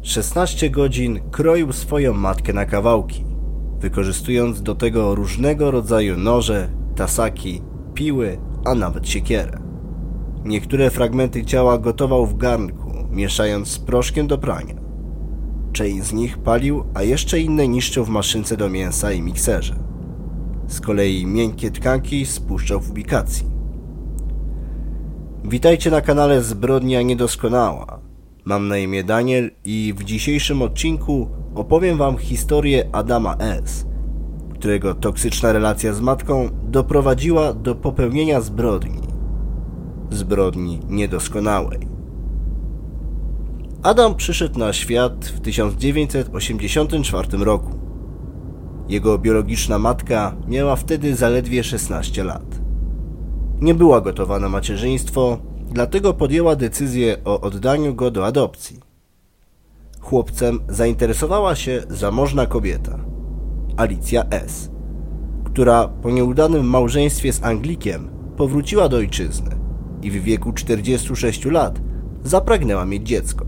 16 godzin kroił swoją matkę na kawałki, wykorzystując do tego różnego rodzaju noże, tasaki, piły, a nawet siekierę. Niektóre fragmenty ciała gotował w garnku, mieszając z proszkiem do prania. Część z nich palił, a jeszcze inne niszczył w maszynce do mięsa i mikserze. Z kolei miękkie tkanki spuszczał w ubikacji. Witajcie na kanale Zbrodnia Niedoskonała. Mam na imię Daniel i w dzisiejszym odcinku opowiem wam historię Adama S., którego toksyczna relacja z matką doprowadziła do popełnienia zbrodni niedoskonałej. Adam przyszedł na świat w 1984 roku. Jego biologiczna matka miała wtedy zaledwie 16 lat. Nie była gotowa na macierzyństwo, dlatego podjęła decyzję o oddaniu go do adopcji. Chłopcem zainteresowała się zamożna kobieta, Alicja S., która po nieudanym małżeństwie z Anglikiem powróciła do ojczyzny i w wieku 46 lat zapragnęła mieć dziecko.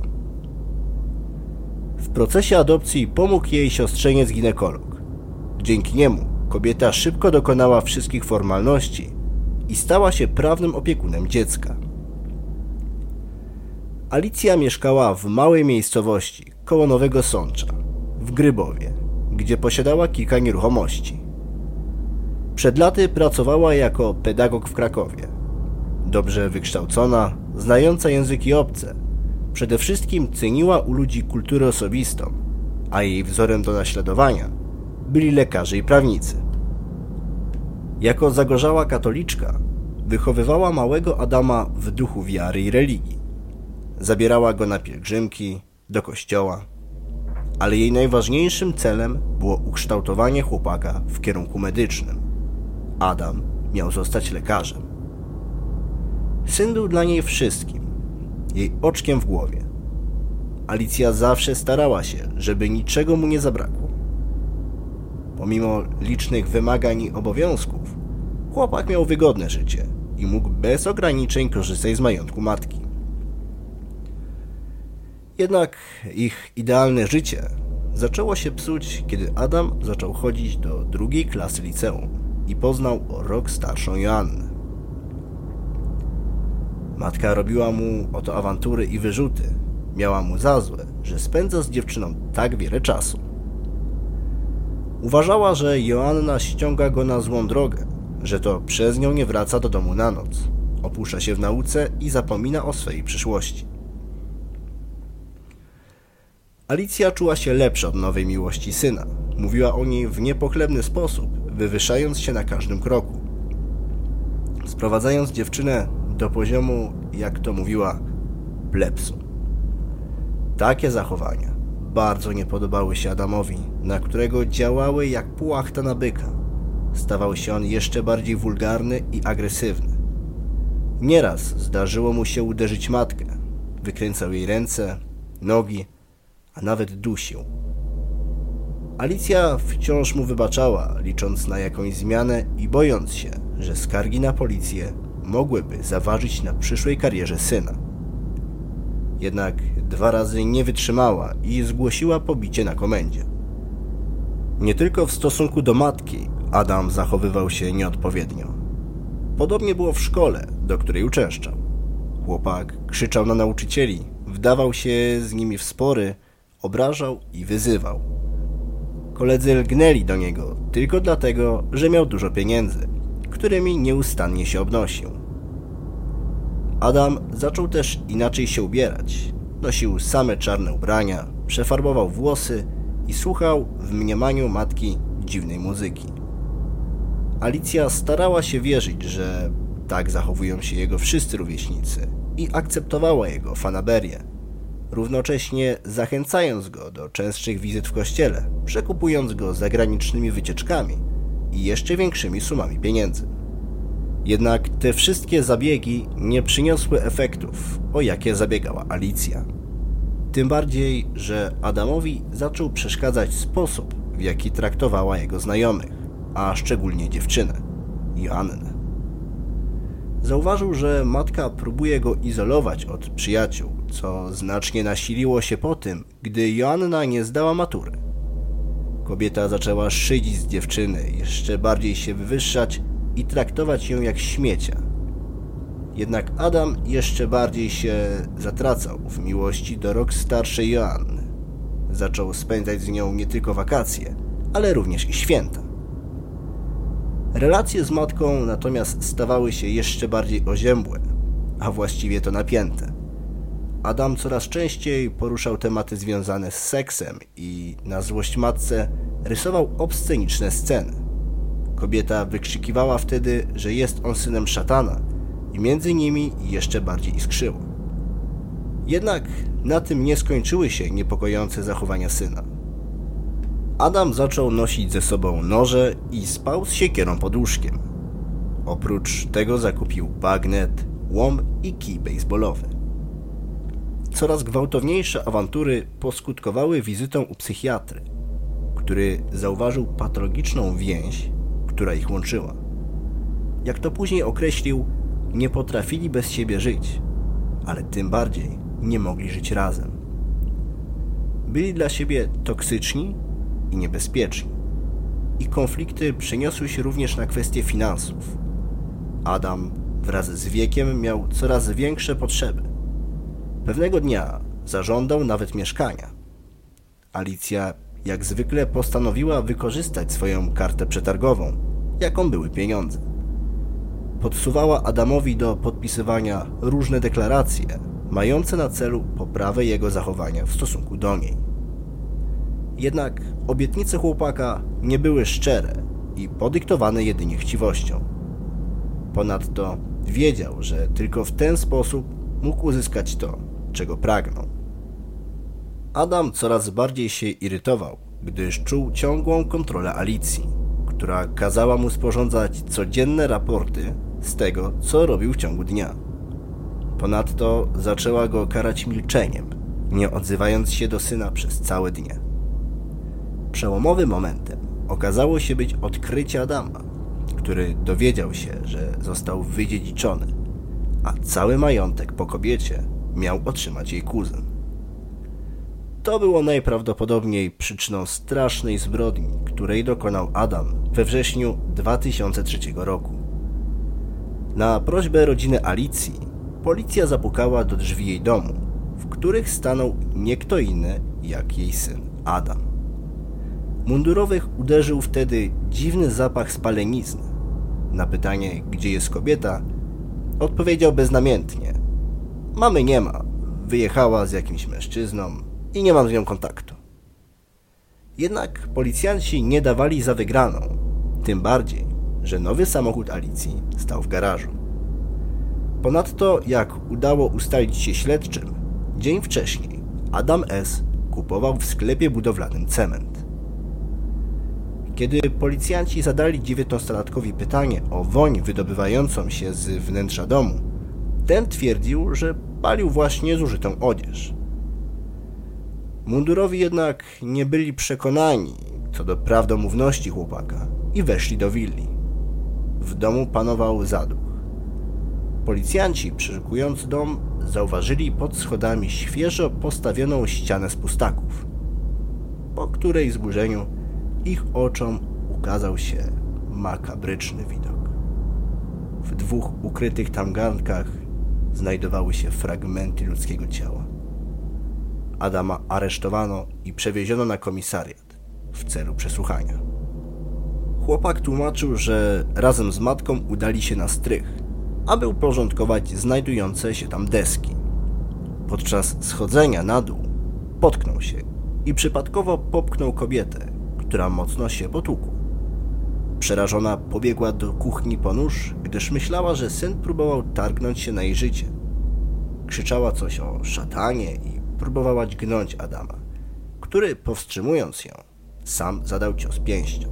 W procesie adopcji pomógł jej siostrzeniec ginekolog. Dzięki niemu kobieta szybko dokonała wszystkich formalności i stała się prawnym opiekunem dziecka. Alicja mieszkała w małej miejscowości koło Nowego Sącza, w Grybowie, gdzie posiadała kilka nieruchomości. Przed laty pracowała jako pedagog w Krakowie. Dobrze wykształcona, znająca języki obce, przede wszystkim ceniła u ludzi kulturę osobistą, a jej wzorem do naśladowania byli lekarze i prawnicy. Jako zagorzała katoliczka wychowywała małego Adama w duchu wiary i religii. Zabierała go na pielgrzymki, do kościoła, ale jej najważniejszym celem było ukształtowanie chłopaka w kierunku medycznym. Adam miał zostać lekarzem. Syn był dla niej wszystkim, jej oczkiem w głowie. Alicja zawsze starała się, żeby niczego mu nie zabrakło. Pomimo licznych wymagań i obowiązków, chłopak miał wygodne życie i mógł bez ograniczeń korzystać z majątku matki. Jednak ich idealne życie zaczęło się psuć, kiedy Adam zaczął chodzić do 2. klasy liceum i poznał o rok starszą Joannę. Matka robiła mu oto awantury i wyrzuty. Miała mu za złe, że spędza z dziewczyną tak wiele czasu. Uważała, że Joanna ściąga go na złą drogę, że to przez nią nie wraca do domu na noc, opuszcza się w nauce i zapomina o swojej przyszłości. Alicja czuła się lepsza od nowej miłości syna. Mówiła o niej w niepochlebny sposób, wywyższając się na każdym kroku. Sprowadzając dziewczynę do poziomu, jak to mówiła, plebsu. Takie zachowania bardzo nie podobały się Adamowi, na którego działały jak płachta na byka. Stawał się on jeszcze bardziej wulgarny i agresywny. Nieraz zdarzyło mu się uderzyć matkę. Wykręcał jej ręce, nogi, a nawet dusił. Alicja wciąż mu wybaczała, licząc na jakąś zmianę i bojąc się, że skargi na policję mogłyby zaważyć na przyszłej karierze syna. Jednak 2 razy nie wytrzymała i zgłosiła pobicie na komendzie. Nie tylko w stosunku do matki Adam zachowywał się nieodpowiednio. Podobnie było w szkole, do której uczęszczał. Chłopak krzyczał na nauczycieli, wdawał się z nimi w spory, obrażał i wyzywał. Koledzy lgnęli do niego tylko dlatego, że miał dużo pieniędzy, którymi nieustannie się obnosił. Adam zaczął też inaczej się ubierać. Nosił same czarne ubrania, przefarbował włosy i słuchał w mniemaniu matki dziwnej muzyki. Alicja starała się wierzyć, że tak zachowują się jego wszyscy rówieśnicy i akceptowała jego fanaberię, równocześnie zachęcając go do częstszych wizyt w kościele, przekupując go zagranicznymi wycieczkami i jeszcze większymi sumami pieniędzy. Jednak te wszystkie zabiegi nie przyniosły efektów, o jakie zabiegała Alicja. Tym bardziej, że Adamowi zaczął przeszkadzać sposób, w jaki traktowała jego znajomych, a szczególnie dziewczynę, Joannę. Zauważył, że matka próbuje go izolować od przyjaciół co znacznie nasiliło się po tym, gdy Joanna nie zdała matury. Kobieta zaczęła szydzić z dziewczyny, jeszcze bardziej się wywyższać i traktować ją jak śmiecia. Jednak Adam jeszcze bardziej się zatracał w miłości do rok starszej Joanny. Zaczął spędzać z nią nie tylko wakacje, ale również i święta. Relacje z matką natomiast stawały się jeszcze bardziej oziębłe, a właściwie to napięte. Adam coraz częściej poruszał tematy związane z seksem i na złość matce rysował obsceniczne sceny. Kobieta wykrzykiwała wtedy, że jest on synem szatana i między nimi jeszcze bardziej iskrzyło. Jednak na tym nie skończyły się niepokojące zachowania syna. Adam zaczął nosić ze sobą noże i spał z siekierą pod łóżkiem. Oprócz tego zakupił bagnet, łom i kij bejsbolowy. Coraz gwałtowniejsze awantury poskutkowały wizytą u psychiatry, który zauważył patologiczną więź, która ich łączyła. Jak to później określił, nie potrafili bez siebie żyć, ale tym bardziej nie mogli żyć razem. Byli dla siebie toksyczni i niebezpieczni. Ich konflikty przeniosły się również na kwestie finansów. Adam wraz z wiekiem miał coraz większe potrzeby. Pewnego dnia zażądał nawet mieszkania. Alicja jak zwykle postanowiła wykorzystać swoją kartę przetargową, jaką były pieniądze. Podsuwała Adamowi do podpisywania różne deklaracje, mające na celu poprawę jego zachowania w stosunku do niej. Jednak obietnice chłopaka nie były szczere i podyktowane jedynie chciwością. Ponadto wiedział, że tylko w ten sposób mógł uzyskać to, czego pragnął. Adam coraz bardziej się irytował, gdyż czuł ciągłą kontrolę Alicji, która kazała mu sporządzać codzienne raporty z tego, co robił w ciągu dnia. Ponadto zaczęła go karać milczeniem, nie odzywając się do syna przez całe dnie. Przełomowym momentem okazało się być odkrycie Adama, który dowiedział się, że został wydziedziczony, a cały majątek po kobiecie miał otrzymać jej kuzyn. To było najprawdopodobniej przyczyną strasznej zbrodni, której dokonał Adam we wrześniu 2003 roku. Na prośbę rodziny Alicji policja zapukała do drzwi jej domu, w których stanął nie kto inny jak jej syn Adam. Mundurowych uderzył wtedy dziwny zapach spalenizny. Na pytanie, gdzie jest kobieta, odpowiedział beznamiętnie: mamy nie ma, wyjechała z jakimś mężczyzną i nie mam z nią kontaktu. Jednak policjanci nie dawali za wygraną, tym bardziej, że nowy samochód Alicji stał w garażu. Ponadto, jak udało ustalić się śledczym, dzień wcześniej Adam S. kupował w sklepie budowlanym cement. Kiedy policjanci zadali 19-latkowi pytanie o woń wydobywającą się z wnętrza domu, ten twierdził, że palił właśnie zużytą odzież. Mundurowi jednak nie byli przekonani co do prawdomówności chłopaka i weszli do willi. W domu panował zaduch. Policjanci, przeszukując dom, zauważyli pod schodami świeżo postawioną ścianę z pustaków, po której zburzeniu ich oczom ukazał się makabryczny widok. W 2 ukrytych tam garnkach znajdowały się fragmenty ludzkiego ciała. Adama aresztowano i przewieziono na komisariat w celu przesłuchania. Chłopak tłumaczył, że razem z matką udali się na strych, aby uporządkować znajdujące się tam deski. Podczas schodzenia na dół potknął się i przypadkowo popchnął kobietę, która mocno się potłukła. Przerażona pobiegła do kuchni po nóż, gdyż myślała, że syn próbował targnąć się na jej życie. Krzyczała coś o szatanie i próbowała dźgnąć Adama, który, powstrzymując ją, sam zadał cios pięścią.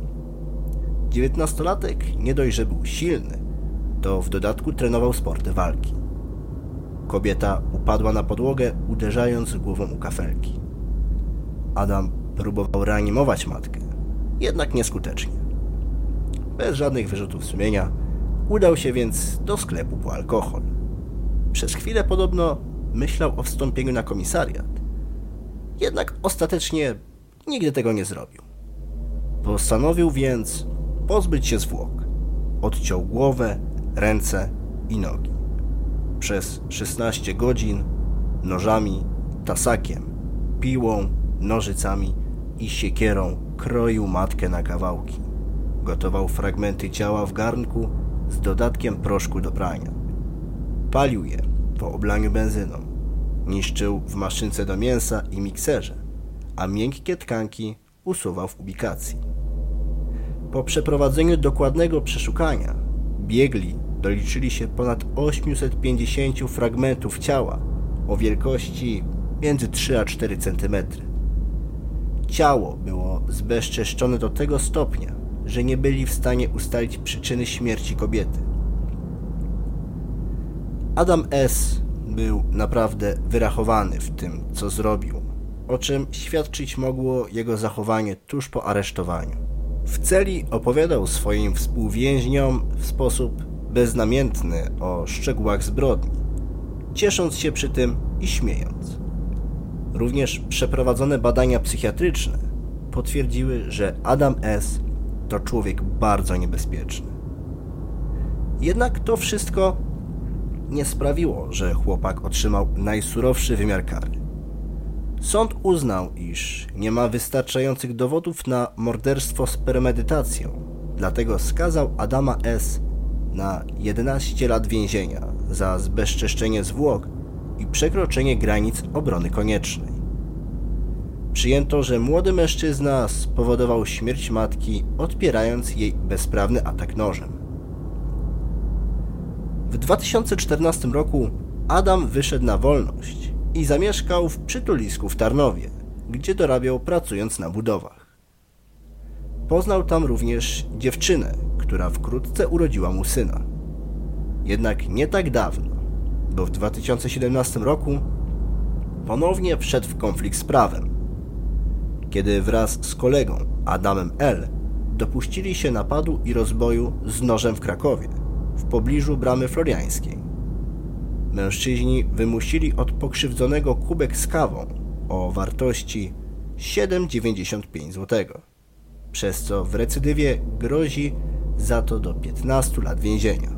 19-latek nie dość, że był silny, to w dodatku trenował sporty walki. Kobieta upadła na podłogę, uderzając głową u kafelki. Adam próbował reanimować matkę, jednak nieskutecznie. Bez żadnych wyrzutów sumienia udał się więc do sklepu po alkohol. Przez chwilę podobno myślał o wstąpieniu na komisariat. Jednak ostatecznie nigdy tego nie zrobił. Postanowił więc pozbyć się zwłok. Odciął głowę, ręce i nogi. Przez 16 godzin nożami, tasakiem, piłą, nożycami i siekierą kroił matkę na kawałki. Gotował fragmenty ciała w garnku z dodatkiem proszku do prania. Palił je po oblaniu benzyną. Niszczył w maszynce do mięsa i mikserze, a miękkie tkanki usuwał w ubikacji. Po przeprowadzeniu dokładnego przeszukania biegli doliczyli się ponad 850 fragmentów ciała o wielkości między 3 a 4 cm. Ciało było zbezczeszczone do tego stopnia, że nie byli w stanie ustalić przyczyny śmierci kobiety. Adam S. był naprawdę wyrachowany w tym, co zrobił, o czym świadczyć mogło jego zachowanie tuż po aresztowaniu. W celi opowiadał swoim współwięźniom w sposób beznamiętny o szczegółach zbrodni, ciesząc się przy tym i śmiejąc. Również przeprowadzone badania psychiatryczne potwierdziły, że Adam S. to człowiek bardzo niebezpieczny. Jednak to wszystko nie sprawiło, że chłopak otrzymał najsurowszy wymiar kary. Sąd uznał, iż nie ma wystarczających dowodów na morderstwo z premedytacją, dlatego skazał Adama S. na 11 lat więzienia za zbezczeszczenie zwłok i przekroczenie granic obrony koniecznej. Przyjęto, że młody mężczyzna spowodował śmierć matki, odpierając jej bezprawny atak nożem. W 2014 roku Adam wyszedł na wolność i zamieszkał w przytulisku w Tarnowie, gdzie dorabiał pracując na budowach. Poznał tam również dziewczynę, która wkrótce urodziła mu syna. Jednak nie tak dawno, bo w 2017 roku ponownie wszedł w konflikt z prawem, kiedy wraz z kolegą Adamem L. dopuścili się napadu i rozboju z nożem w Krakowie, w pobliżu Bramy Floriańskiej. Mężczyźni wymusili od pokrzywdzonego kubek z kawą o wartości 7,95 zł, przez co w recydywie grozi za to do 15 lat więzienia.